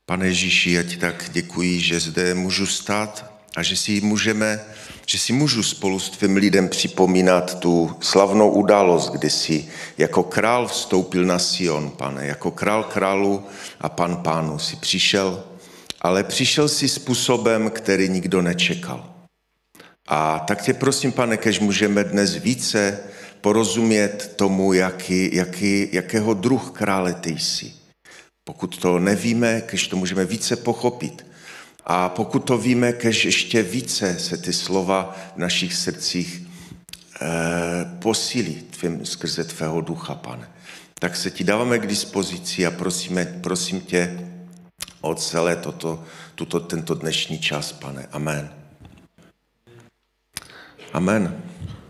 Pane Ježíši, já ti tak děkuji, že zde můžu stát a že si můžu spolu s tvým lidem připomínat tu slavnou událost, kdy jsi jako král vstoupil na Sion, Pane, jako král králu a pan pánu si přišel, ale přišel si způsobem, který nikdo nečekal. A tak tě prosím, Pane, kež můžeme dnes více porozumět tomu, jakého druh krále ty jsi. Pokud to nevíme, kež to můžeme více pochopit. A pokud to víme, kež ještě více se ty slova v našich srdcích posílí skrze tvého ducha, Pane. Tak se ti dáváme k dispozici a prosím tě o celé tento dnešní čas, Pane. Amen. Amen.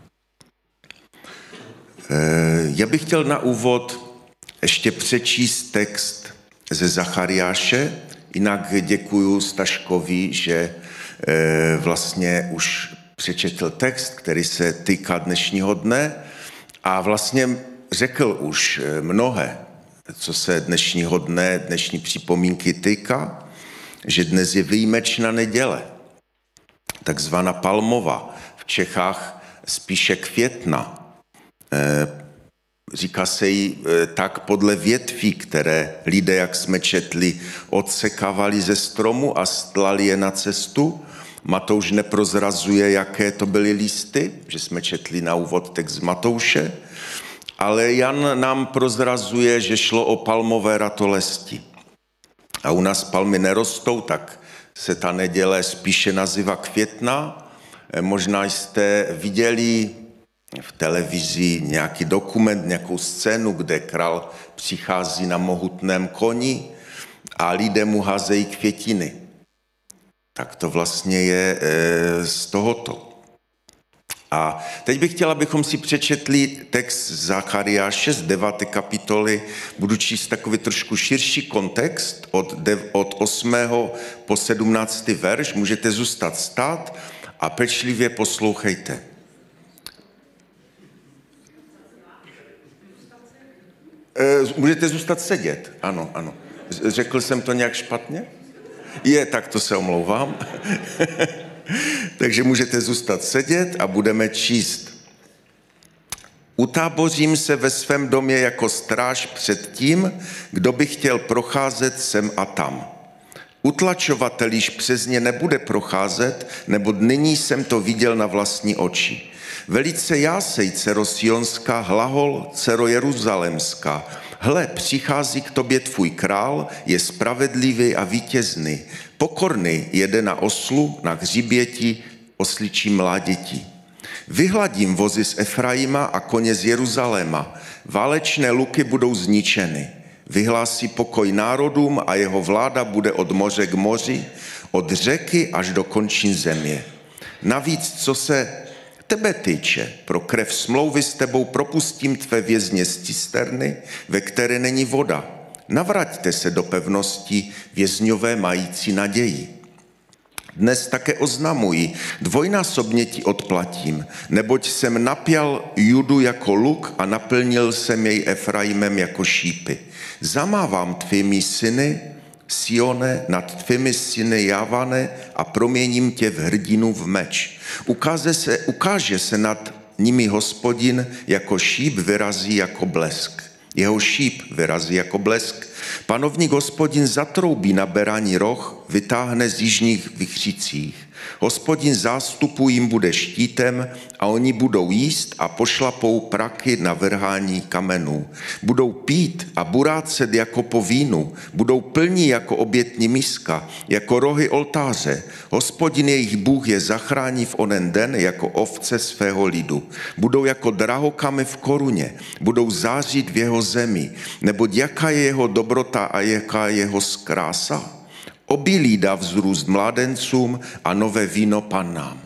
Já bych chtěl na úvod ještě přečíst text ze Zachariáše, jinak děkuju Staškovi, že vlastně už přečetl text, který se týká dnešního dne a vlastně řekl už mnohé, co se dnešního dne, dnešní připomínky týká, že dnes je výjimečná neděle, takzvaná palmová, v Čechách spíše května. Říká se jí tak podle větví, které lidé, jak jsme četli, odsekávali ze stromu a stlali je na cestu. Matouš neprozrazuje, jaké to byly listy, že jsme četli na úvod text z Matouše, ale Jan nám prozrazuje, že šlo o palmové ratolesti. A u nás palmy nerostou, tak se ta neděle spíše nazývá května. Možná jste viděli v televizi nějaký dokument, nějakou scénu, kde král přichází na mohutném koni a lidé mu házejí květiny. Tak to vlastně je z tohoto. A teď bych chtěl, abychom si přečetli text Zachariáše z 9. kapitoly. Budu číst takový trošku širší kontext od 8. po 17. verš. Můžete zůstat stát a pečlivě poslouchejte. Můžete zůstat sedět, ano. Řekl jsem to nějak špatně? Tak to se omlouvám. Takže můžete zůstat sedět a budeme číst. Utábořím se ve svém domě jako stráž před tím, kdo by chtěl procházet sem a tam. Utlačovatel již přes ně nebude procházet, nebo nyní jsem to viděl na vlastní oči. Velice jásej, dcero Sionská, hlahol, dcero Jeruzalémská. Hle, přichází k tobě tvůj král, je spravedlivý a vítězný. Pokorný jede na oslu, na hřiběti, osličí mláděti. Vyhladím vozy z Efraima a koně z Jeruzaléma. Válečné luky budou zničeny. Vyhlásí pokoj národům a jeho vláda bude od moře k moři, od řeky až do končin země. Navíc, co se tebe týče, pro krev smlouvy s tebou propustím tvé vězně z cisterny, ve které není voda. Navraťte se do pevnosti, vězňové mající naději. Dnes také oznamuji, dvojnásobně ti odplatím, neboť jsem napjal Judu jako luk a naplnil jsem jej Efraimem jako šípy. Zamávám tvými syny, Sione, nad tvými syny Javane a proměním tě v hrdinu v meč. Ukáže se nad nimi Hospodin, jako šíp vyrazí jako blesk. Jeho šíp vyrazí jako blesk. Panovník Hospodin zatroubí na berání roh, vytáhne z jižních vichřicích. Hospodin zástupu jim bude štítem a oni budou jíst a pošlapou praky na vrhání kamenů. Budou pít a burácet jako po vínu, budou plní jako obětní miska, jako rohy oltáře. Hospodin jejich Bůh je zachrání v onen den jako ovce svého lidu. Budou jako drahokamy v koruně, budou zářit v jeho zemi, neboť jaká je jeho dobrota a jaká je jeho skrása. Obilí dá vzrůst mládencům a nové víno pannám.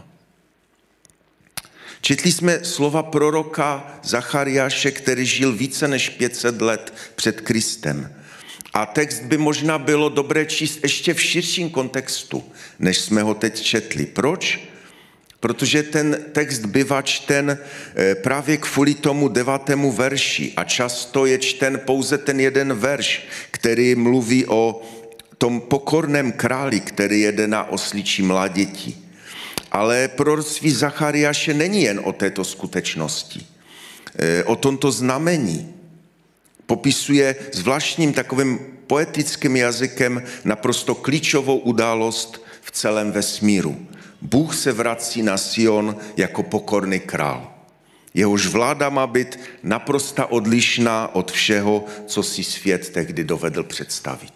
Četli jsme slova proroka Zachariáše, který žil více než 500 let před Kristem. A text by možná bylo dobré číst ještě v širším kontextu, než jsme ho teď četli. Proč? Protože ten text bývá čten právě kvůli tomu 9. verši a často je čten pouze ten jeden verš, který mluví o tom pokorném králi, který jede na osličí mláděti. Ale proroctví Zachariáše není jen o této skutečnosti. O tomto znamení popisuje zvláštním takovým poetickým jazykem naprosto klíčovou událost v celém vesmíru. Bůh se vrací na Sion jako pokorný král. Jehož vláda má být naprosto odlišná od všeho, co si svět tehdy dovedl představit.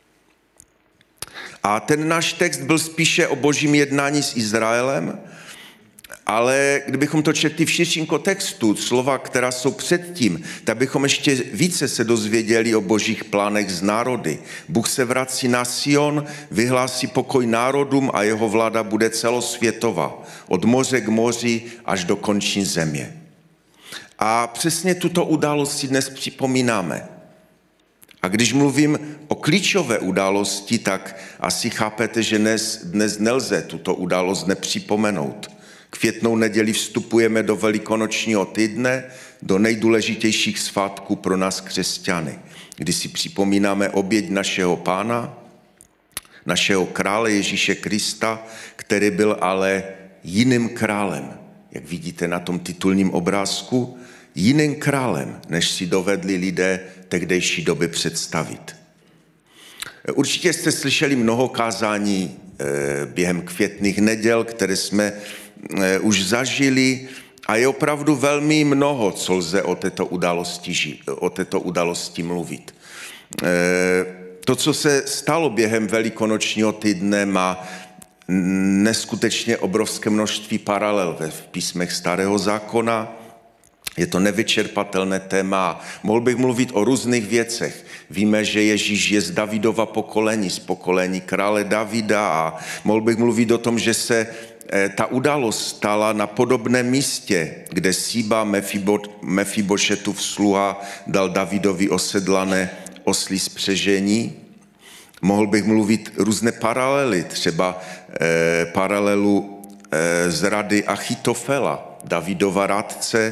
A ten náš text byl spíše o božím jednání s Izraelem, ale kdybychom to četli v širším kontextu, slova, která jsou předtím, tak bychom ještě více se dozvěděli o božích plánech z národy. Bůh se vrací na Sion, vyhlásí pokoj národům a jeho vláda bude celosvětová, od moře k moři až do končin země. A přesně tuto událost si dnes připomínáme. A když mluvím o klíčové události, tak asi chápete, že dnes nelze tuto událost nepřipomenout. Květnou neděli vstupujeme do velikonočního týdne, do nejdůležitějších svátků pro nás křesťany, kdy si připomínáme oběť našeho Pána, našeho krále Ježíše Krista, který byl ale jiným králem, jak vidíte na tom titulním obrázku, jiným králem, než si dovedli lidé tehdejší doby představit. Určitě jste slyšeli mnoho kázání během květných neděl, které jsme už zažili a je opravdu velmi mnoho, co lze o této události mluvit. To, co se stalo během velikonočního týdne, má neskutečně obrovské množství paralel v písmech Starého zákona. Je to nevyčerpatelné téma. Mohl bych mluvit o různých věcech. Víme, že Ježíš je z Davidova pokolení, z pokolení krále Davida a mohl bych mluvit o tom, že se ta událost stala na podobném místě, kde Síba, Mefibošetův sluha, dal Davidovi osedlané osly spřežení. Mohl bych mluvit různé paralely, třeba paralelu z rady Achitofela, Davidova rádce,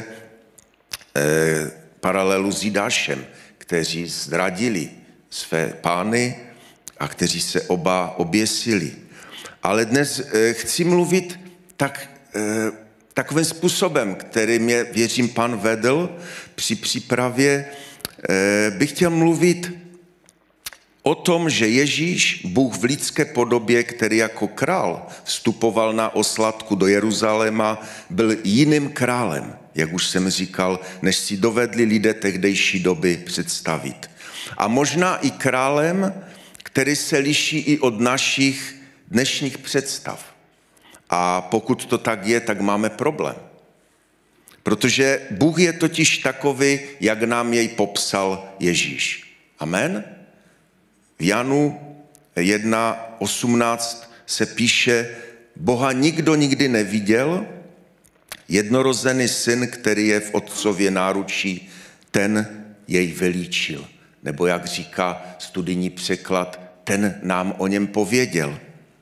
paralelu s Jidášem, kteří zradili své pány a kteří se oba oběsili. Ale dnes chci mluvit takovým způsobem, který mě, věřím, Pán vedl při přípravě. Bych chtěl mluvit o tom, že Ježíš, Bůh v lidské podobě, který jako král vstupoval na osladku do Jeruzaléma, byl jiným králem, jak už jsem říkal, než si dovedli lidé tehdejší doby představit. A možná i králem, který se liší i od našich dnešních představ. A pokud to tak je, tak máme problém. Protože Bůh je totiž takový, jak nám jej popsal Ježíš. Amen? V Janu 1:18 se píše, Boha nikdo nikdy neviděl, jednorozený syn, který je v otcově náručí, ten jej vylíčil. Nebo jak říká studijní překlad, ten nám o něm pověděl.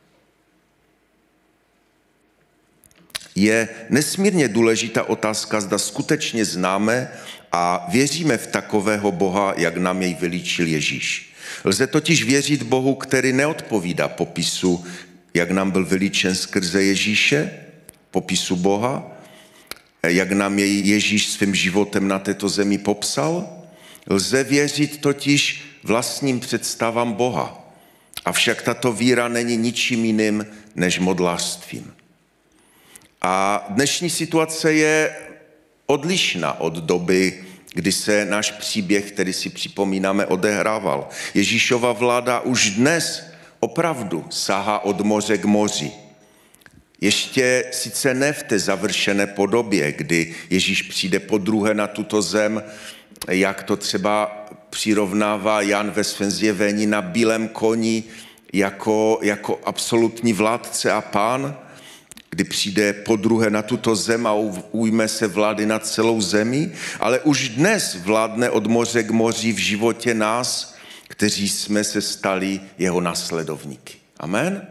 Je nesmírně důležitá otázka, zda skutečně známe a věříme v takového Boha, jak nám jej vylíčil Ježíš. Lze totiž věřit Bohu, který neodpovídá popisu, jak nám byl vylíčen skrze Ježíše, popisu Boha, jak nám jej Ježíš svým životem na této zemi popsal. Lze věřit totiž vlastním představám Boha. Avšak tato víra není ničím jiným než modlářstvím. A dnešní situace je odlišná od doby, kdy se náš příběh, který si připomínáme, odehrával. Ježíšova vláda už dnes opravdu sahá od moře k moři. Ještě sice ne v té završené podobě, kdy Ježíš přijde podruhé na tuto zem, jak to třeba přirovnává Jan ve svém zjevení na bílém koni jako absolutní vládce a pán, kdy přijde podruhé na tuto zem a ujme se vlády nad celou zemi, ale už dnes vládne od moře k moři v životě nás, kteří jsme se stali jeho následovníky. Amen?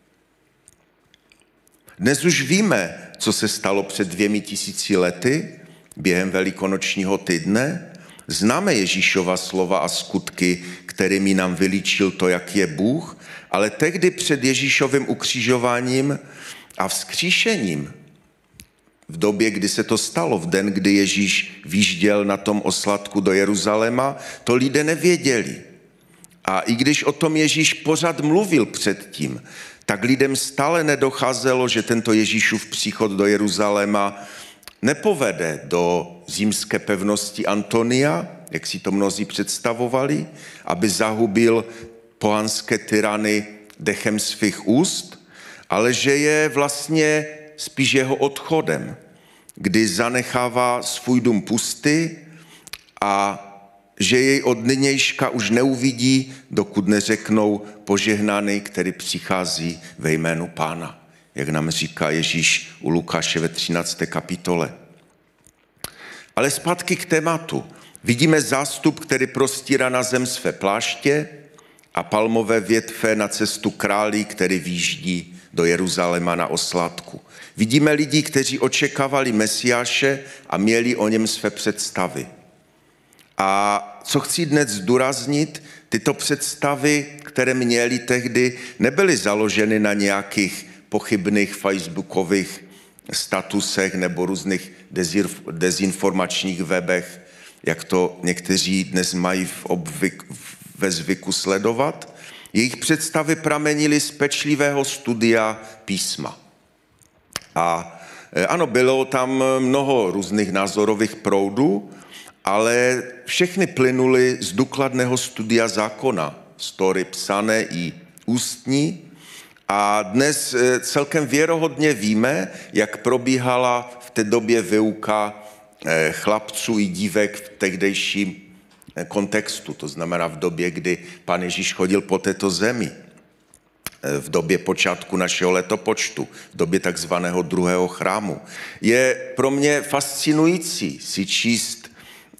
Dnes už víme, co se stalo před 2000 lety během velikonočního týdne Známe Ježíšova slova a skutky, kterými nám vylíčil to, jak je Bůh, ale tehdy před Ježíšovým ukřižováním a vzkříšením, v době, kdy se to stalo, v den, kdy Ježíš výjížděl na tom oslátku do Jeruzaléma, to lidé nevěděli. A i když o tom Ježíš pořád mluvil předtím, tak lidem stále nedocházelo, že tento Ježíšův příchod do Jeruzaléma nepovede do římské pevnosti Antonia, jak si to mnozí představovali, aby zahubil pohanské tyrany dechem svých úst, ale že je vlastně spíš jeho odchodem, kdy zanechává svůj dům pustý a že jej od nynějška už neuvidí, dokud neřeknou požehnaný, který přichází ve jménu Pána, jak nám říká Ježíš u Lukáše ve 13. kapitole. Ale zpátky k tématu. Vidíme zástup, který prostírá na zem své pláště a palmové větve na cestu králí, který výjíždí do Jeruzaléma na oslátku. Vidíme lidi, kteří očekávali Mesiáše a měli o něm své představy. A co chci dnes zdůraznit, tyto představy, které měli tehdy, nebyly založeny na nějakých pochybných facebookových statusech nebo různých dezinformačních webech, jak to někteří dnes mají ve zvyku sledovat. Jejich představy pramenily z pečlivého studia písma. A ano, bylo tam mnoho různých názorových proudů, ale všechny plynuly z důkladného studia zákona, story psané i ústní. A dnes celkem věrohodně víme, jak probíhala v té době výuka chlapců i dívek v tehdejším kontextu, to znamená v době, kdy Pán Ježíš chodil po této zemi, v době počátku našeho letopočtu, v době takzvaného druhého chrámu. Je pro mě fascinující si číst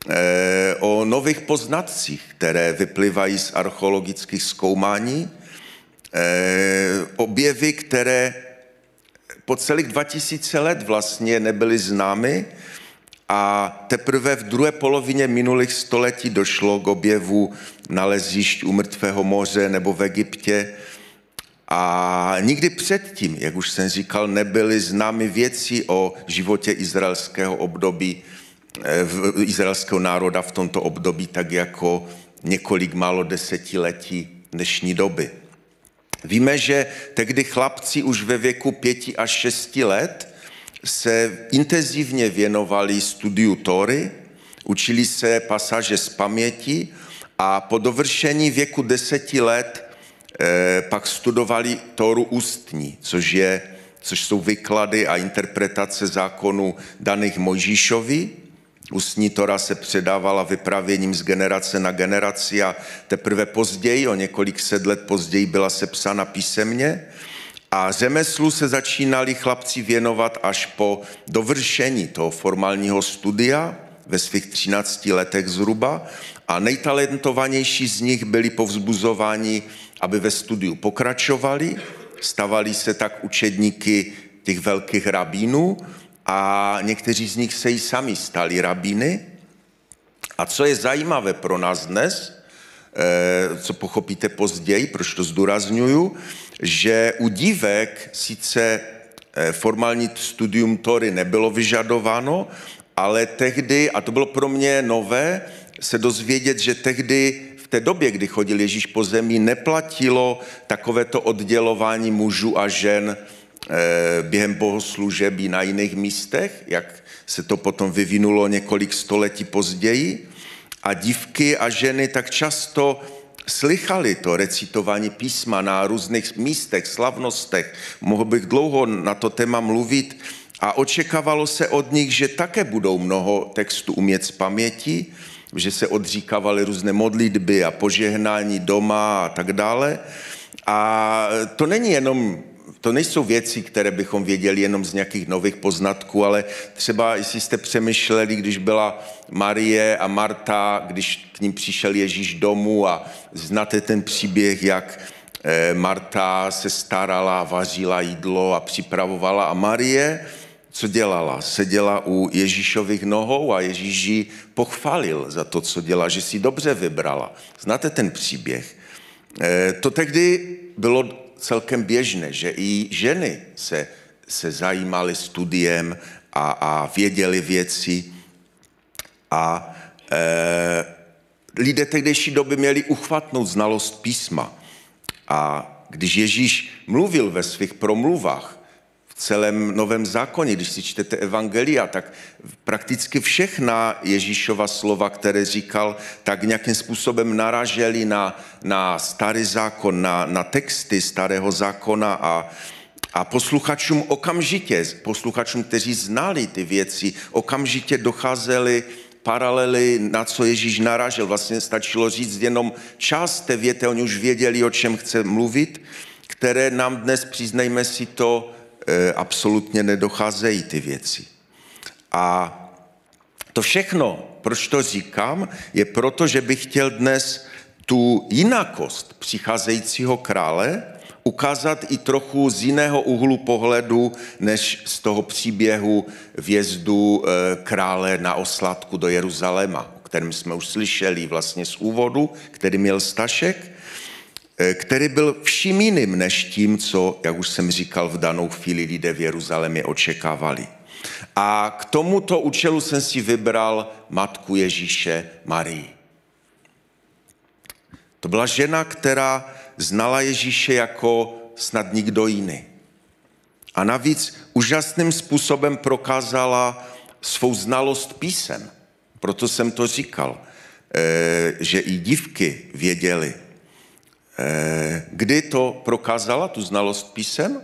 o nových poznatcích, které vyplývají z archeologických zkoumání, objevy, které po celých 2000 let vlastně nebyly známy a teprve v druhé polovině minulých století došlo k objevu nalezišť u Mrtvého moře nebo v Egyptě. A nikdy předtím, jak už jsem říkal, nebyly známy věci o životě izraelského období, izraelského národa v tomto období, tak jako několik málo desetiletí dnešní doby. Víme, že tehdy chlapci už ve věku 5 až 6 let se intenzivně věnovali studiu Tóry, učili se pasáže z paměti a po dovršení věku 10 let pak studovali Tóru ústní, což jsou výklady a interpretace zákonů daných Mojžíšovi. Ústní Tóra se předávala vyprávěním z generace na generaci a teprve později, o několik set let později, byla sepsána písemně. A řemeslu se začínali chlapci věnovat až po dovršení toho formálního studia ve svých 13 letech zhruba. A nejtalentovanější z nich byli povzbuzováni, aby ve studiu pokračovali. Stavali se tak učedníky těch velkých rabínů a někteří z nich se i sami stali rabíny. A co je zajímavé pro nás dnes, co pochopíte později, proč to zdůrazňuju, že u dívek sice formální studium Tóry nebylo vyžadováno, ale tehdy, a to bylo pro mě nové, se dozvědět, že tehdy v té době, kdy chodil Ježíš po zemi, neplatilo takovéto oddělování mužů a žen během bohoslužeb na jiných místech, jak se to potom vyvinulo několik století později. A dívky a ženy tak často slychali to recitování písma na různých místech, slavnostech. Mohl bych dlouho na to téma mluvit a očekávalo se od nich, že také budou mnoho textů umět z paměti, že se odříkávaly různé modlitby a požehnání doma a tak dále. A to nejsou věci, které bychom věděli jenom z nějakých nových poznatků, ale třeba, jestli jste přemýšleli, když byla Marie a Marta, když k ním přišel Ježíš domů a znáte ten příběh, jak Marta se starala, vařila jídlo a připravovala a Marie co dělala? Seděla u Ježíšových nohou a Ježíš ji pochválil za to, co dělá, že si dobře vybrala. Znáte ten příběh? To tehdy bylo celkem běžné, že i ženy se zajímaly studiem a věděli věci. A lidé tehdejší doby měli uchvatnou znalost písma. A když Ježíš mluvil ve svých promluvách v celém Novém zákoně, když si čtete evangelia, tak prakticky všechna Ježíšova slova, které říkal, tak nějakým způsobem naraželi na starý zákon, na texty starého zákona a posluchačům, kteří znali ty věci, okamžitě docházely paralely, na co Ježíš narážel. Vlastně stačilo říct jenom část té věty, oni už věděli, o čem chce mluvit, které nám dnes, přiznejme si to, absolutně nedocházejí ty věci. A to všechno, proč to říkám, je proto, že bych chtěl dnes tu jinakost přicházejícího krále ukázat i trochu z jiného úhlu pohledu, než z toho příběhu vjezdu krále na oslátku do Jeruzaléma, o kterém jsme už slyšeli vlastně z úvodu, který měl Stašek, který byl vším jiným než tím, co, jak už jsem říkal, v danou chvíli lidé v Jeruzalémě očekávali. A k tomuto účelu jsem si vybral matku Ježíše Marii. To byla žena, která znala Ježíše jako snad nikdo jiný. A navíc úžasným způsobem prokázala svou znalost písem. Proto jsem to říkal, že i dívky věděly. Kdy to prokázala, tu znalost písem?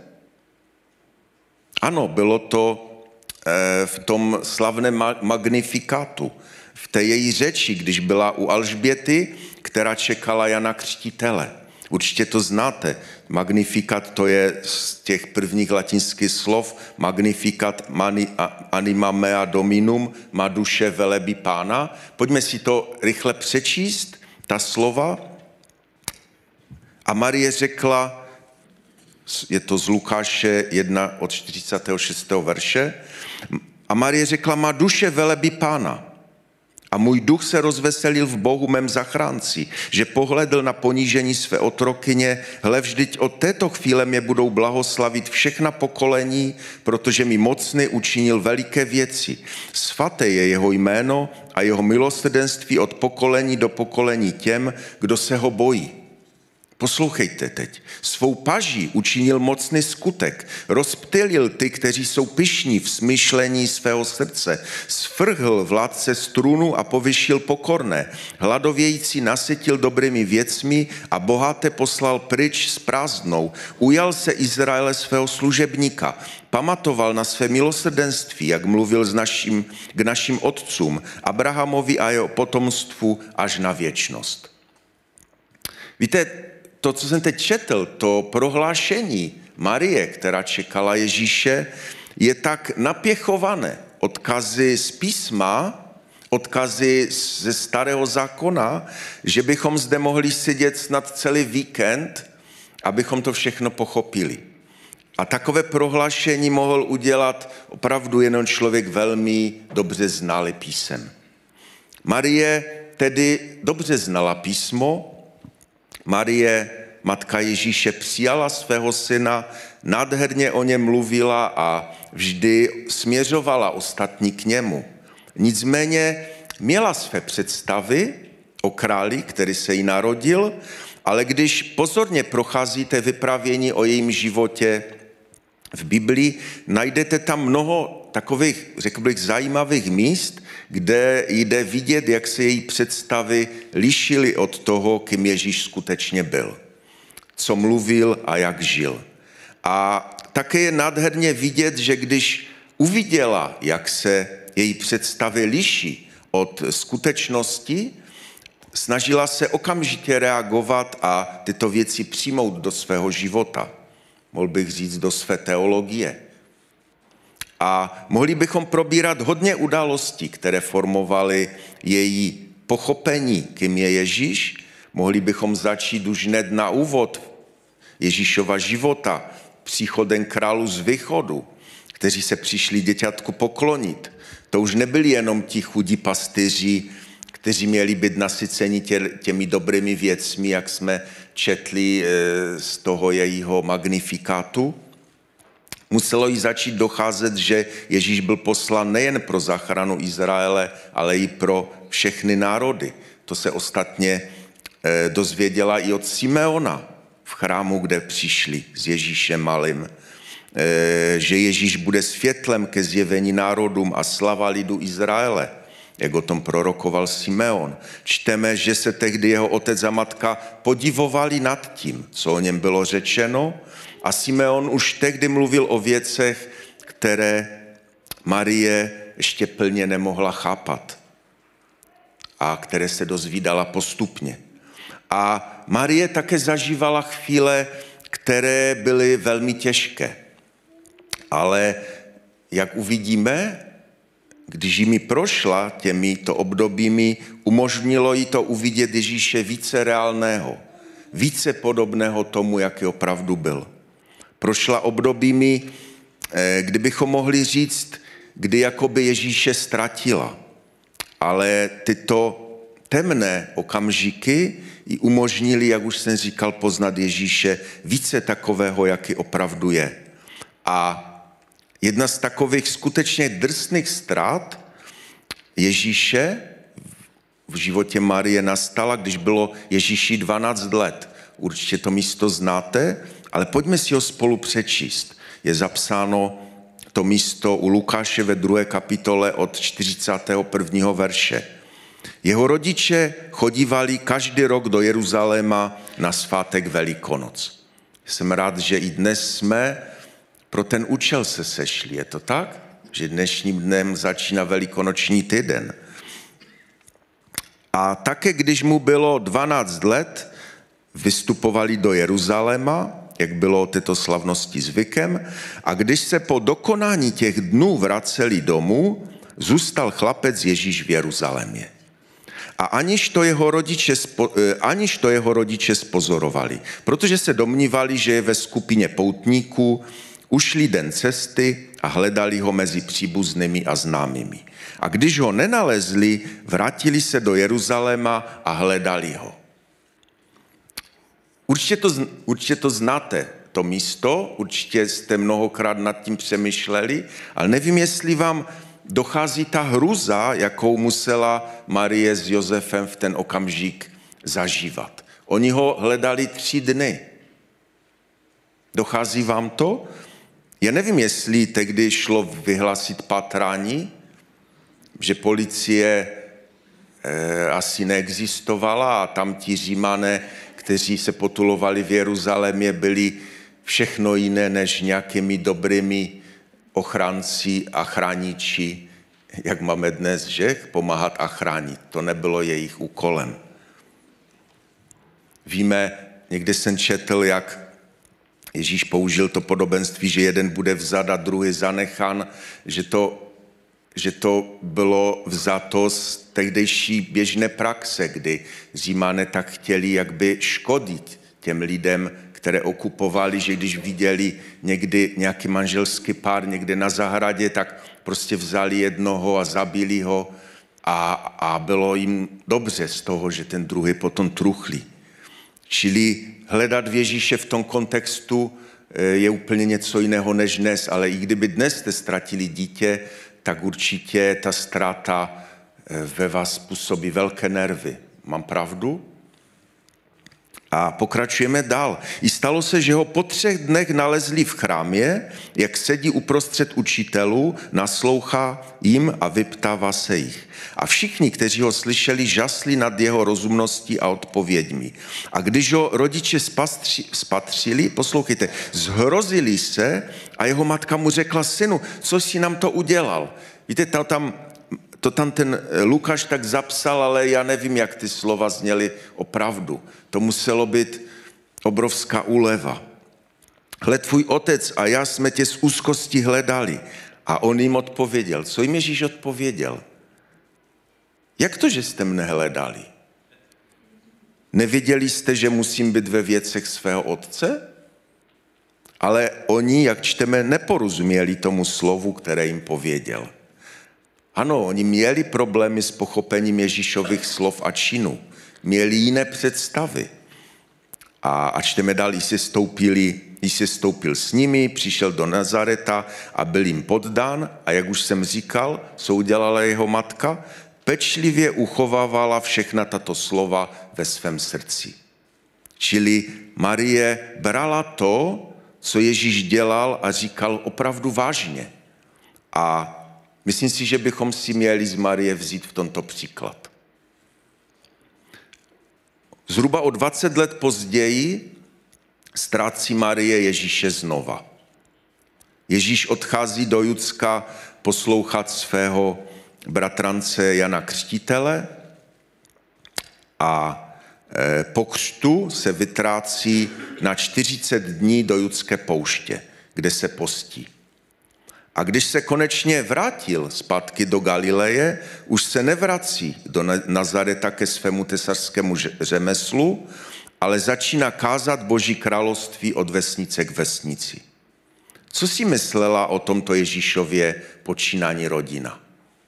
Ano, bylo to v tom slavném magnifikátu, v té její řeči, když byla u Alžběty, která čekala Jana Křtitele. Určitě to znáte. Magnificat, to je z těch prvních latinských slov. Magnificat anima mea dominum, má duše velebí Pána. Pojďme si to rychle přečíst, ta slova. A Marie řekla, je to z Lukáše 1 od 46. verše, a Marie řekla, má duše velebí Pána. A můj duch se rozveselil v Bohu mém zachránci, že pohledl na ponížení své otrokyně, hle, vždyť od této chvíle mě budou blahoslavit všechna pokolení, protože mi mocný učinil veliké věci. Svaté je jeho jméno a jeho milosrdenství od pokolení do pokolení těm, kdo se ho bojí. Poslouchejte teď. Svou paží učinil mocný skutek. Rozptylil ty, kteří jsou pyšní v smyšlení svého srdce. Svrhl vládce strunu a povyšil pokorné. Hladovějící nasytil dobrými věcmi a bohaté poslal pryč s prázdnou. Ujal se Izraele svého služebníka. Pamatoval na své milosrdenství, jak mluvil k našim otcům, Abrahamovi a jeho potomstvu až na věčnost. Víte, to, co jsem teď četl, to prohlášení Marie, která čekala Ježíše, je tak napěchované. Odkazy z písma, odkazy ze starého zákona, že bychom zde mohli sedět snad celý víkend, abychom to všechno pochopili. A takové prohlášení mohl udělat opravdu jenom člověk velmi dobře znalý písem. Marie tedy dobře znala písmo. Marie, matka Ježíše, přijala svého syna, nádherně o něm mluvila a vždy směřovala ostatní k němu. Nicméně měla své představy o králi, který se jí narodil, ale když pozorně procházíte vyprávění o jejím životě v Biblii, najdete tam mnoho takových, řekl bych, zajímavých míst, kde jde vidět, jak se její představy lišily od toho, kým Ježíš skutečně byl, co mluvil a jak žil. A také je nádherně vidět, že když uviděla, jak se její představy liší od skutečnosti, snažila se okamžitě reagovat a tyto věci přijmout do svého života. Mohl bych říct do své teologie. A mohli bychom probírat hodně událostí, které formovaly její pochopení, kým je Ježíš. Mohli bychom začít už hned na úvod Ježíšova života, příchodem králu z východu. kteří se přišli děťatku poklonit. To už nebyli jenom ti chudí pastýři, kteří měli být nasyceni těmi dobrými věcmi, jak jsme četli z toho jejího magnifikátu. Muselo jí začít docházet, že Ježíš byl poslán nejen pro záchranu Izraele, ale i pro všechny národy. To se ostatně dozvěděla i od Simeona v chrámu, kde přišli s Ježíšem malým, že Ježíš bude světlem ke zjevení národům a slava lidu Izraele, jak o tom prorokoval Simeon. Čteme, že se tehdy jeho otec a matka podivovali nad tím, co o něm bylo řečeno, a Simeon už tehdy mluvil o věcech, které Marie ještě plně nemohla chápat a které se dozvídala postupně. A Marie také zažívala chvíle, které byly velmi těžké. Ale jak uvidíme, když jimi prošla těmito obdobími, umožnilo jí to uvidět Ježíše více reálného, více podobného tomu, jaký opravdu byl. Prošla obdobími, kdybychom mohli říct, kdy jakoby Ježíše ztratila. Ale tyto temné okamžiky jí umožnili, jak už jsem říkal, poznat Ježíše více takového, jaký opravdu je. A jedna z takových skutečně drsných ztrát Ježíše v životě Marie nastala, když bylo Ježíši 12 let. Určitě to místo znáte, ale pojďme si ho spolu přečíst. Je zapsáno to místo u Lukáše ve 2. kapitole od 41. verše. Jeho rodiče chodívali každý rok do Jeruzaléma na svátek Velikonoc. Jsem rád, že i dnes jsme pro ten účel se sešli. Je to tak? Že dnešním dnem začíná velikonoční týden. A také, když mu bylo 12 let, vystupovali do Jeruzaléma, jak bylo této slavnosti zvykem, a když se po dokonání těch dnů vraceli domů, zůstal chlapec Ježíš v Jeruzalémě. A aniž to jeho rodiče spozorovali, protože se domnívali, že je ve skupině poutníků, ušli den cesty a hledali ho mezi příbuznými a známými. A když ho nenalezli, vrátili se do Jeruzaléma a hledali ho. Určitě to znáte, to místo, určitě jste mnohokrát nad tím přemýšleli, ale nevím, jestli vám dochází ta hruza, jakou musela Marie s Josefem v ten okamžik zažívat. Oni ho hledali 3 dny. Dochází vám to? Já nevím, jestli tehdy šlo vyhlásit pátrání, že policie asi neexistovala a tam ti Římané, kteří se potulovali v Jeruzalémě, byli všechno jiné než nějakými dobrými ochránci a chrániči, jak máme dnes, že? Pomáhat a chránit. To nebylo jejich úkolem. Víme, někde jsem četl, jak Ježíš použil to podobenství, že jeden bude vzat a druhý zanechan, že to bylo vzato z tehdejší běžné praxe, kdy Římané tak chtěli jakby škodit těm lidem, které okupovali, že když viděli někdy nějaký manželský pár někde na zahradě, tak prostě vzali jednoho a zabili ho a bylo jim dobře z toho, že ten druhý potom truchlí. Čili hledat v Ježíše v tom kontextu je úplně něco jiného než dnes, ale i kdyby dnes jste ztratili dítě, tak určitě ta ztráta ve vás způsobí velké nervy. Mám pravdu? A pokračujeme dál. I stalo se, že ho po 3 dnech nalezli v chrámě, jak sedí uprostřed učitelů, naslouchá jim a vyptává se jich. A všichni, kteří ho slyšeli, žasli nad jeho rozumností a odpověďmi. A když ho rodiče spatřili, poslouchejte, zhrozili se a jeho matka mu řekla: synu, co jsi nám to udělal? Víte, to tam ten Lukáš tak zapsal, ale já nevím, jak ty slova zněly opravdu. To muselo být obrovská úleva. Hle, tvůj otec a já jsme tě z úzkosti hledali. A on jim odpověděl. Co jim Ježíš odpověděl? Jak to, že jste mne hledali? Nevěděli jste, že musím být ve věcech svého otce? Ale oni, jak čteme, neporozuměli tomu slovu, které jim pověděl. Ano, oni měli problémy s pochopením Ježíšových slov a činů. Měli jiné představy. A čteme dál, Jsi stoupil s nimi, přišel do Nazareta a byl jim poddán. A jak už jsem říkal, co udělala jeho matka? Pečlivě uchovávala všechna tato slova ve svém srdci. Čili Marie brala to, co Ježíš dělal a říkal opravdu vážně. A myslím si, že bychom si měli z Marie vzít v tomto příklad. Zhruba o 20 let později ztrácí Marie Ježíše znova. Ježíš odchází do Judska poslouchat svého bratrance Jana Křtitele a po křtu se vytrácí na 40 dní do Judské pouště, kde se postí. A když se konečně vrátil zpátky do Galileje, už se nevrací do Nazareta ke svému tesařskému řemeslu, ale začíná kázat Boží království od vesnice k vesnici. Co si myslela o tomto Ježíšově počínání rodina?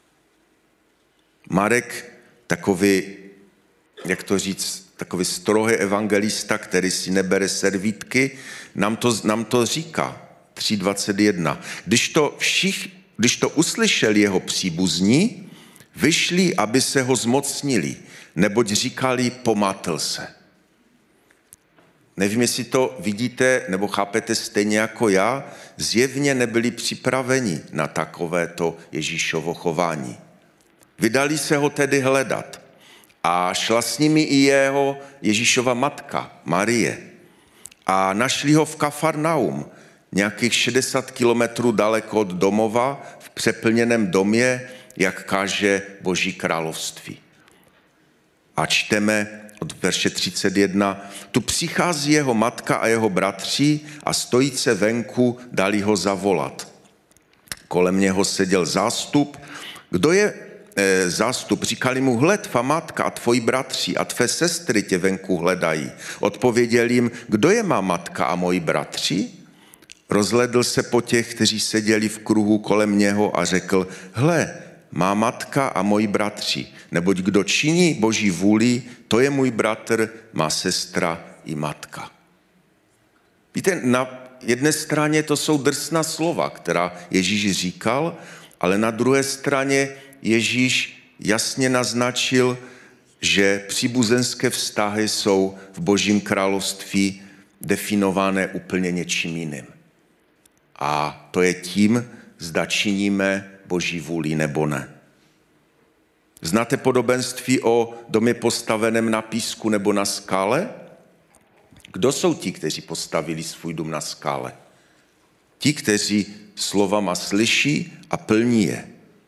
Marek, takový, jak to říct, takový strohý evangelista, který si nebere servítky, nám to říká. 3.21. Když to uslyšeli jeho příbuzní, vyšli, aby se ho zmocnili, neboť říkali, pomátl se. Nevím, jestli to vidíte nebo chápete stejně jako já, zjevně nebyli připraveni na takovéto Ježíšovo chování. Vydali se ho tedy hledat a šla s nimi i jeho Ježíšova matka, Marie. A našli ho v Kafarnaum, nějakých 60 kilometrů daleko od domova, v přeplněném domě, jak káže Boží království. A čteme od verše 31, tu přichází jeho matka a jeho bratři a stojíce venku dali ho zavolat. Kolem něho seděl zástup. Kdo je zástup? Říkali mu, hled, tvá matka a tvoji bratři a tvé sestry tě venku hledají. Odpověděl jim, kdo je má matka a moji bratři? Rozhlédl se po těch, kteří seděli v kruhu kolem něho a řekl, hle, má matka a moji bratři, neboť kdo činí Boží vůli, to je můj bratr, má sestra i matka. Víte, na jedné straně to jsou drsná slova, která Ježíš říkal, ale na druhé straně Ježíš jasně naznačil, že příbuzenské vztahy jsou v Božím království definované úplně něčím jiným. A to je tím, zda činíme Boží vůli nebo ne. Znáte podobenství o domě postaveném na písku nebo na skále? Kdo jsou ti, kteří postavili svůj dům na skále? Ti, kteří slovama slyší a plní je.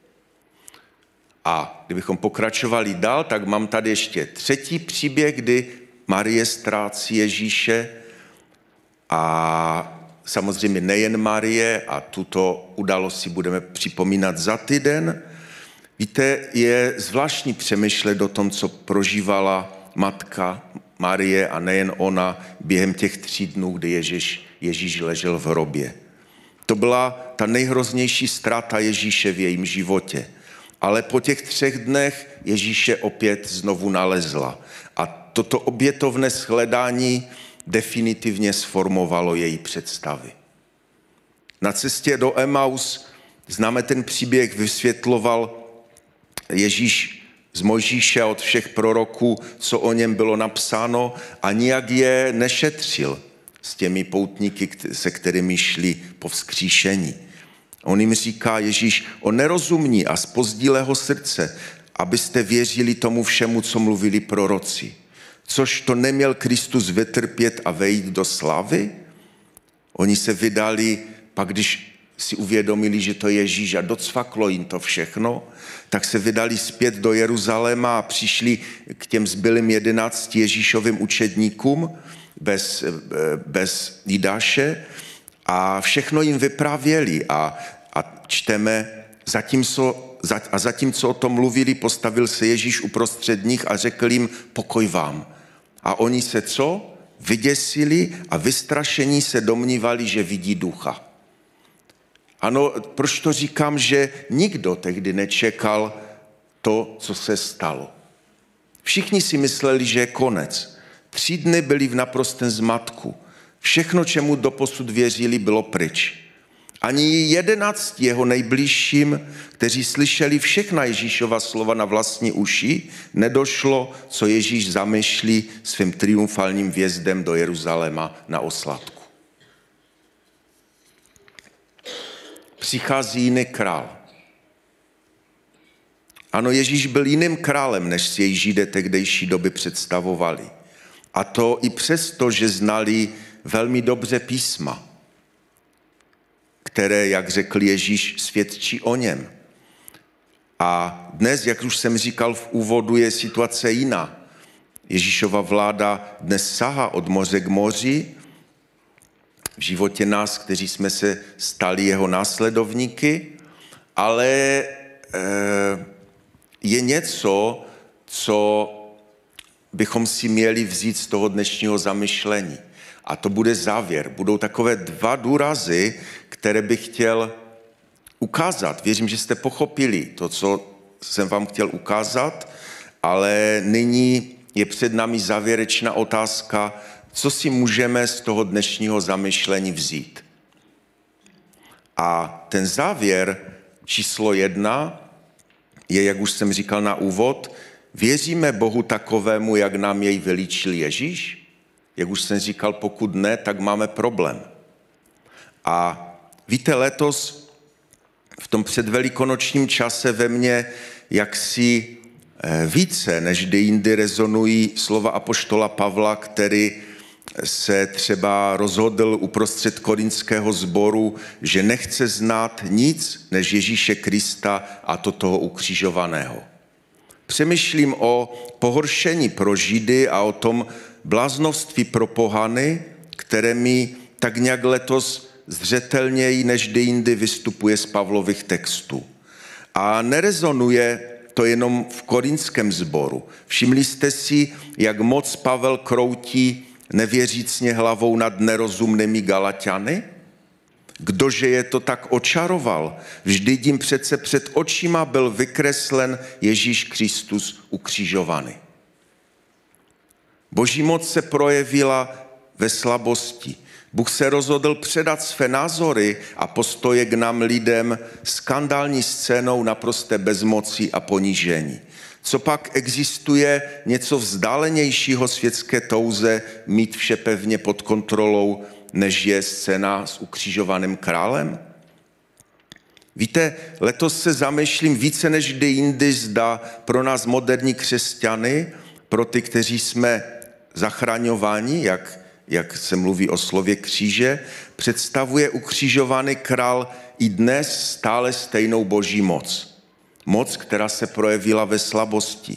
A kdybychom pokračovali dál, tak mám tady ještě třetí příběh, kdy Marie ztrácí Ježíše a samozřejmě nejen Marie a tuto událost si budeme připomínat za týden. Víte, je zvláštní přemýšlet o tom, co prožívala matka Marie a nejen ona během těch 3 dnů, kdy Ježíš ležel v hrobě. To byla ta nejhroznější ztráta Ježíše v jejím životě. Ale po těch 3 dnech Ježíše opět znovu nalezla. A toto obětovné shledání definitivně sformovalo její představy. Na cestě do Emaus, známe ten příběh, vysvětloval Ježíš z Mojžíše a od všech proroků, co o něm bylo napsáno a nijak je nešetřil s těmi poutníky, se kterými šli po vzkříšení. On jim říká Ježíš, o nerozumní a zpozdílého srdce, abyste věřili tomu všemu, co mluvili proroci. Což to neměl Kristus vytrpět a vejít do slávy? Oni se vydali, pak když si uvědomili, že to je Ježíš a docvaklo jim to všechno, tak se vydali zpět do Jeruzaléma a přišli k těm zbylým 11 Ježíšovým učedníkům bez Jidáše a všechno jim vyprávěli a čteme, zatímco o tom mluvili, postavil se Ježíš uprostřed nich a řekl jim, pokoj vám. A oni se co? vyděsili a vystrašení se domnívali, že vidí ducha. Ano, proč to říkám, že nikdo tehdy nečekal to, co se stalo. Všichni si mysleli, že je konec. 3 dny byli v naprostém zmatku. Všechno, čemu doposud věřili, bylo pryč. Ani 11 jeho nejbližším, kteří slyšeli všechna Ježíšova slova na vlastní uši, nedošlo, co Ježíš zamýšlí svým triumfálním vjezdem do Jeruzaléma na oslátku. Přichází jiný král. Ano, Ježíš byl jiným králem, než si jej Židé tehdejší doby představovali. A to i přesto, že znali velmi dobře písma, které, jak řekl Ježíš, svědčí o něm. A dnes, jak už jsem říkal v úvodu, je situace jiná. Ježíšova vláda dnes sahá od moře k moři. V životě nás, kteří jsme se stali jeho následovníky, ale je něco, co bychom si měli vzít z toho dnešního zamyšlení. A to bude závěr. Budou takové 2 důrazy, které bych chtěl ukázat. Věřím, že jste pochopili to, co jsem vám chtěl ukázat, ale nyní je před námi závěrečná otázka, co si můžeme z toho dnešního zamyšlení vzít. A ten závěr číslo 1 je, jak už jsem říkal na úvod, věříme Bohu takovému, jak nám jej vylíčil Ježíš? Jak už jsem říkal, pokud ne, tak máme problém. A víte, letos v tom předvelikonočním čase ve mně jaksi více než kdy jindy rezonují slova apoštola Pavla, který se třeba rozhodl uprostřed korinského sboru, že nechce znát nic než Ježíše Krista a to toho ukřižovaného. Přemýšlím o pohoršení pro Židy a o tom bláznoství pro pohany, které mi tak nějak letos zřetelněji než kdy jindy vystupuje z Pavlových textů. A nerezonuje to jenom v korinském sboru. Všimli jste si, jak moc Pavel kroutí nevěřícně hlavou nad nerozumnými Galaťany? Kdože je to tak očaroval? Vždyť jim přece před očima byl vykreslen Ježíš Kristus ukřižovaný. Boží moc se projevila ve slabosti. Bůh se rozhodl předat své názory a postoje k nám lidem skandální scénou naprosté bezmoci a ponížení. Co pak existuje něco vzdálenějšího světské touze mít vše pevně pod kontrolou, než je scéna s ukřižovaným králem? Víte, letos se zamýšlím více než kdy jindy, zda pro nás moderní křesťany, pro ty, kteří jsme zachraňováni, jak se mluví o slově kříže, představuje ukřižovaný král i dnes stále stejnou boží moc. Moc, která se projevila ve slabosti.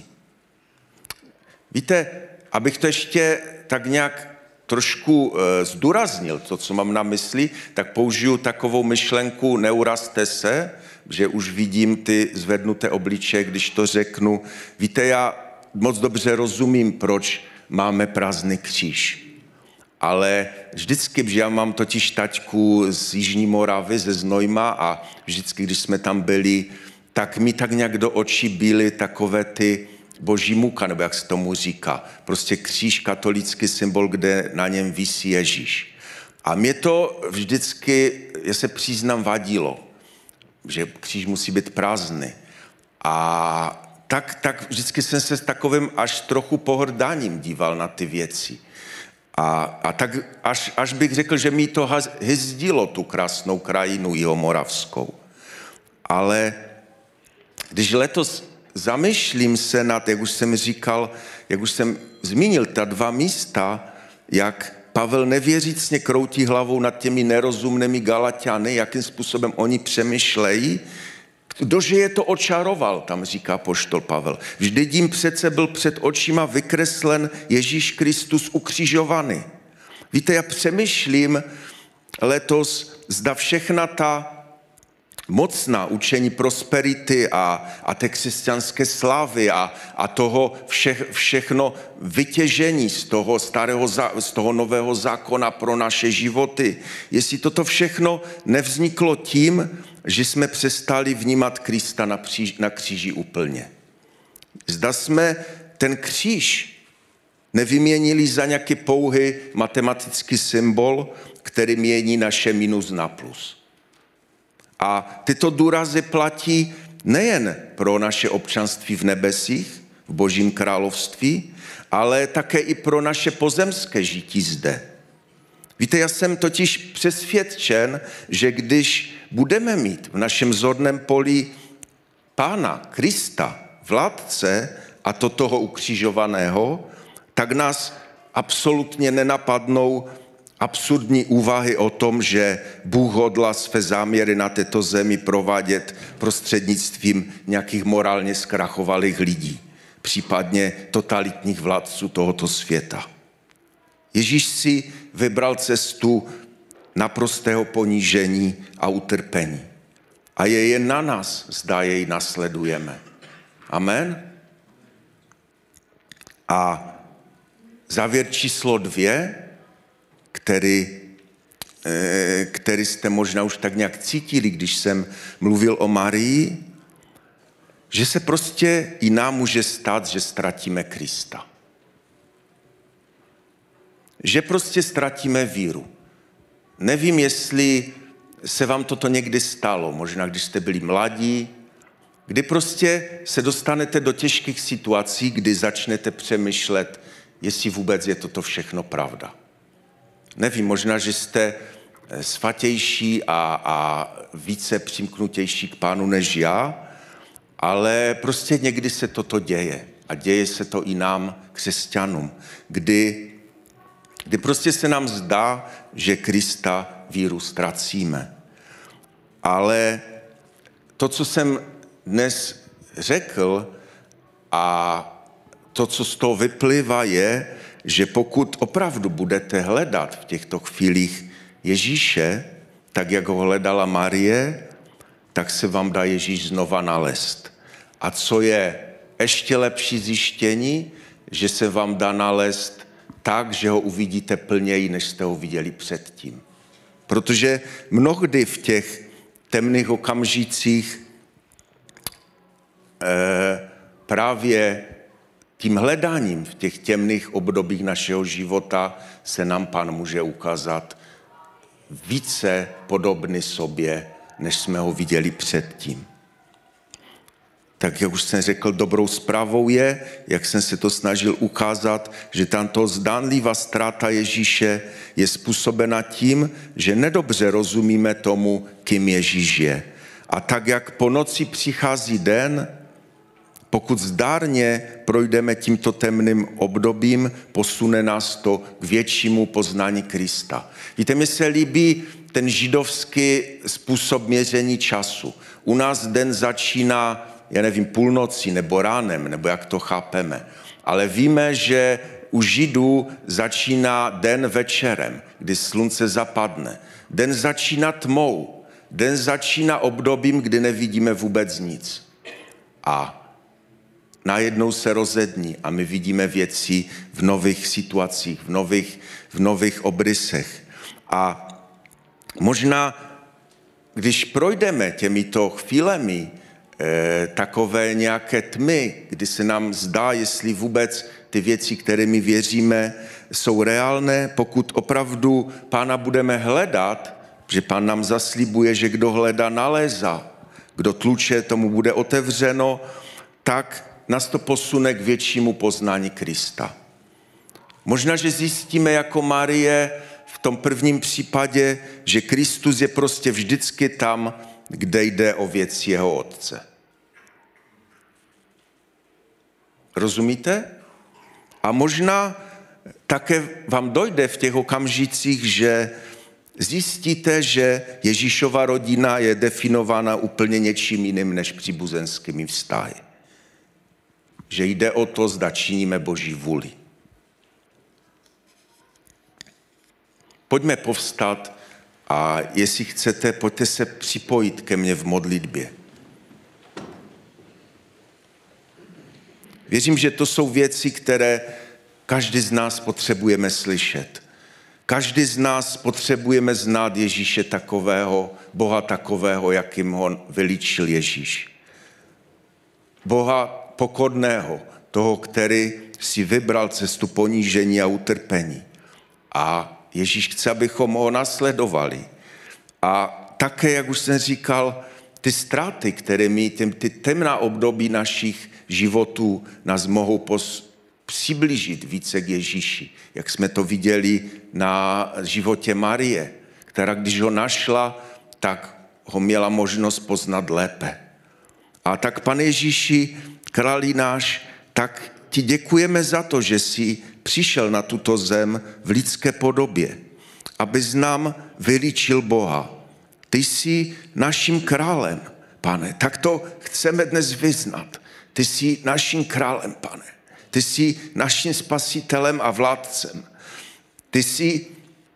Víte, abych to ještě tak nějak trošku zdůraznil, to, co mám na mysli, tak použiju takovou myšlenku neurazte se, že už vidím ty zvednuté obličeje, když to řeknu. Víte, já moc dobře rozumím, proč máme prázdný kříž. Ale vždycky, že já mám totiž taťku z Jižní Moravy, ze Znojma a vždycky, když jsme tam byli, tak mi tak nějak do očí byly takové ty boží muka, nebo jak se tomu říká. Prostě kříž, katolický symbol, kde na něm visí Ježíš. A mě to vždycky, já se přiznám, vadilo, že kříž musí být prázdný. A tak vždycky jsem se s takovým až trochu pohrdáním díval na ty věci. A tak až bych řekl, že mi to hyzdilo tu krásnou krajinu jihomoravskou. Ale když letos zamýšlím se nad, jak už jsem říkal, jak už jsem zmínil, ta 2 místa, jak Pavel nevěřícně kroutí hlavou nad těmi nerozumnými Galaťany, jakým způsobem oni přemýšlejí, kdože je to očaroval, tam říká apoštol Pavel. Vždyť jim přece byl před očima vykreslen Ježíš Kristus ukřižovaný. Víte, já přemýšlím letos, zda všechna ta mocná učení prosperity a té křesťanské slávy a toho všechno vytěžení z toho nového zákona pro naše životy. Jestli toto všechno nevzniklo tím, že jsme přestali vnímat Krista na kříži úplně. Zda jsme ten kříž nevyměnili za nějaký pouhý matematický symbol, který mění naše minus na plus. A tyto důrazy platí nejen pro naše občanství v nebesích, v Božím království, ale také i pro naše pozemské žití zde. Víte, já jsem totiž přesvědčen, že když budeme mít v našem zorném poli Pána, Krista, vládce a to toho ukřižovaného, tak nás absolutně nenapadnou absurdní úvahy o tom, že Bůh hodlá své záměry na této zemi provádět prostřednictvím nějakých morálně zkrachovalých lidí, případně totalitních vládců tohoto světa. Ježíš si vybral cestu naprostého ponížení a utrpení. A je jen na nás, zda jej nasledujeme. Amen? A závěr číslo 2, který jste možná už tak nějak cítili, když jsem mluvil o Marii, že se prostě i nám může stát, že ztratíme Krista. Že prostě ztratíme víru. Nevím, jestli se vám toto někdy stalo, možná když jste byli mladí, kdy prostě se dostanete do těžkých situací, kdy začnete přemýšlet, jestli vůbec je toto všechno pravda. Nevím, možná, že jste svatější a více přimknutější k Pánu než já, ale prostě někdy se toto děje. A děje se to i nám, křesťanům, kdy prostě se nám zdá, že Krista víru ztracíme. Ale to, co jsem dnes řekl a to, co z toho vyplývá, je, že pokud opravdu budete hledat v těchto chvílích Ježíše, tak jak ho hledala Marie, tak se vám dá Ježíš znova nalézt. A co je ještě lepší zjištění, že se vám dá nalézt tak, že ho uvidíte plněji, než jste ho viděli předtím. Protože mnohdy v těch temných okamžicích právě tím hledáním v těch temných obdobích našeho života se nám Pán může ukázat více podobný sobě, než jsme ho viděli předtím. Tak jak už jsem řekl, dobrou zprávou je, jak jsem se to snažil ukázat, že tato zdánlivá ztráta Ježíše je způsobena tím, že nedobře rozumíme tomu, kým Ježíš je. A tak, jak po noci přichází den, pokud zdárně projdeme tímto temným obdobím, posune nás to k většímu poznání Krista. Víte, mi se líbí ten židovský způsob měření času. U nás den začíná, já nevím, půlnocí nebo ránem, nebo jak to chápeme. Ale víme, že u Židů začíná den večerem, kdy slunce zapadne. Den začíná tmou. Den začíná obdobím, kdy nevidíme vůbec nic. A najednou se rozední a my vidíme věci v nových situacích, v nových obrysech. A možná, když projdeme těmito chvílemi takové nějaké tmy, kdy se nám zdá, jestli vůbec ty věci, kterými věříme, jsou reálné, pokud opravdu Pána budeme hledat, že Pán nám zaslibuje, že kdo hledá, nalézá, kdo tluče, tomu bude otevřeno, tak nás to posune k většímu poznání Krista. Možná, že zjistíme jako Marie v tom prvním případě, že Kristus je prostě vždycky tam, kde jde o věc jeho Otce. Rozumíte? A možná také vám dojde v těch okamžicích, že zjistíte, že Ježíšova rodina je definována úplně něčím jiným než příbuzenskými vztahy. Že jde o to, zda činíme Boží vůli. Pojďme povstat A jestli chcete, pojďte se připojit ke mně v modlitbě. Věřím, že to jsou věci, které každý z nás potřebujeme slyšet. Každý z nás potřebujeme znát Ježíše takového, Boha takového, jakým ho vylíčil Ježíš. Boha pokorného, toho, který si vybral cestu ponížení a utrpení. A Ježíš chce, abychom ho nasledovali. A také, jak už jsem říkal, ty ztráty, které my, ty temná období našich životů nás mohou přiblížit více k Ježíši. Jak jsme to viděli na životě Marie, která když ho našla, tak ho měla možnost poznat lépe. A tak, Pane Ježíši, králi náš, tak ti děkujeme za to, že jsi přišel na tuto zem v lidské podobě, abys nám vylíčil Boha. Ty jsi naším králem, Pane. Tak to chceme dnes vyznat. Ty jsi naším králem, Pane. Ty jsi naším spasitelem a vládcem. Ty jsi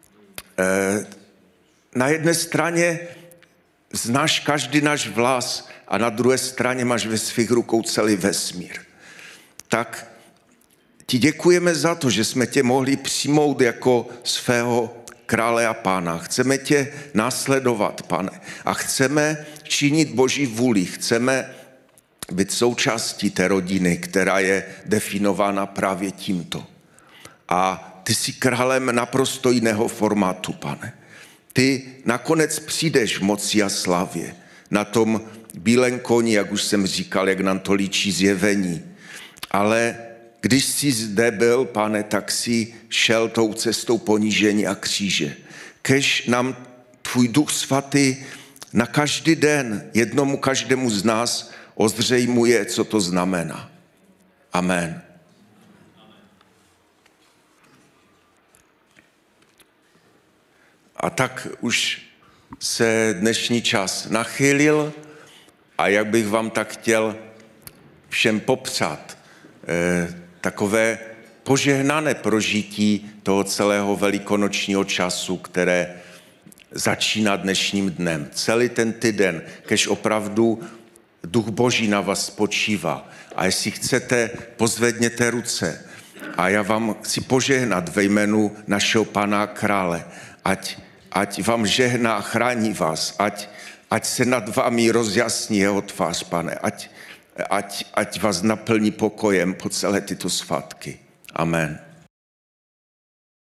na jedné straně znáš každý náš vlas a na druhé straně máš ve svých rukou celý vesmír. Tak ti děkujeme za to, že jsme tě mohli přijmout jako svého krále a pána. Chceme tě následovat, Pane. A chceme činit Boží vůli. Chceme být součástí té rodiny, která je definována právě tímto. A ty jsi králem naprosto jiného formátu, Pane. Ty nakonec přijdeš v moci a slavě na tom bílém koni, jak už jsem říkal, jak nám to líčí Zjevení. Ale když jsi zde byl, Pane, tak jsi šel tou cestou ponížení a kříže. Kež nám tvůj Duch Svatý na každý den, každému z nás ozřejmuje, co to znamená. Amen. A tak už se dnešní čas nachýlil a jak bych vám tak chtěl všem popřát takové požehnané prožití toho celého velikonočního času, které začíná dnešním dnem. Celý ten týden, kež opravdu Duch Boží na vás spočívá. A jestli chcete, pozvedněte ruce. A já vám chci požehnat ve jménu našeho Pana a Krále. Ať vám žehná a chrání vás. Ať se nad vámi rozjasní jeho tvář, Pane. Ať vás naplní pokojem po celé tyto svátky. Amen.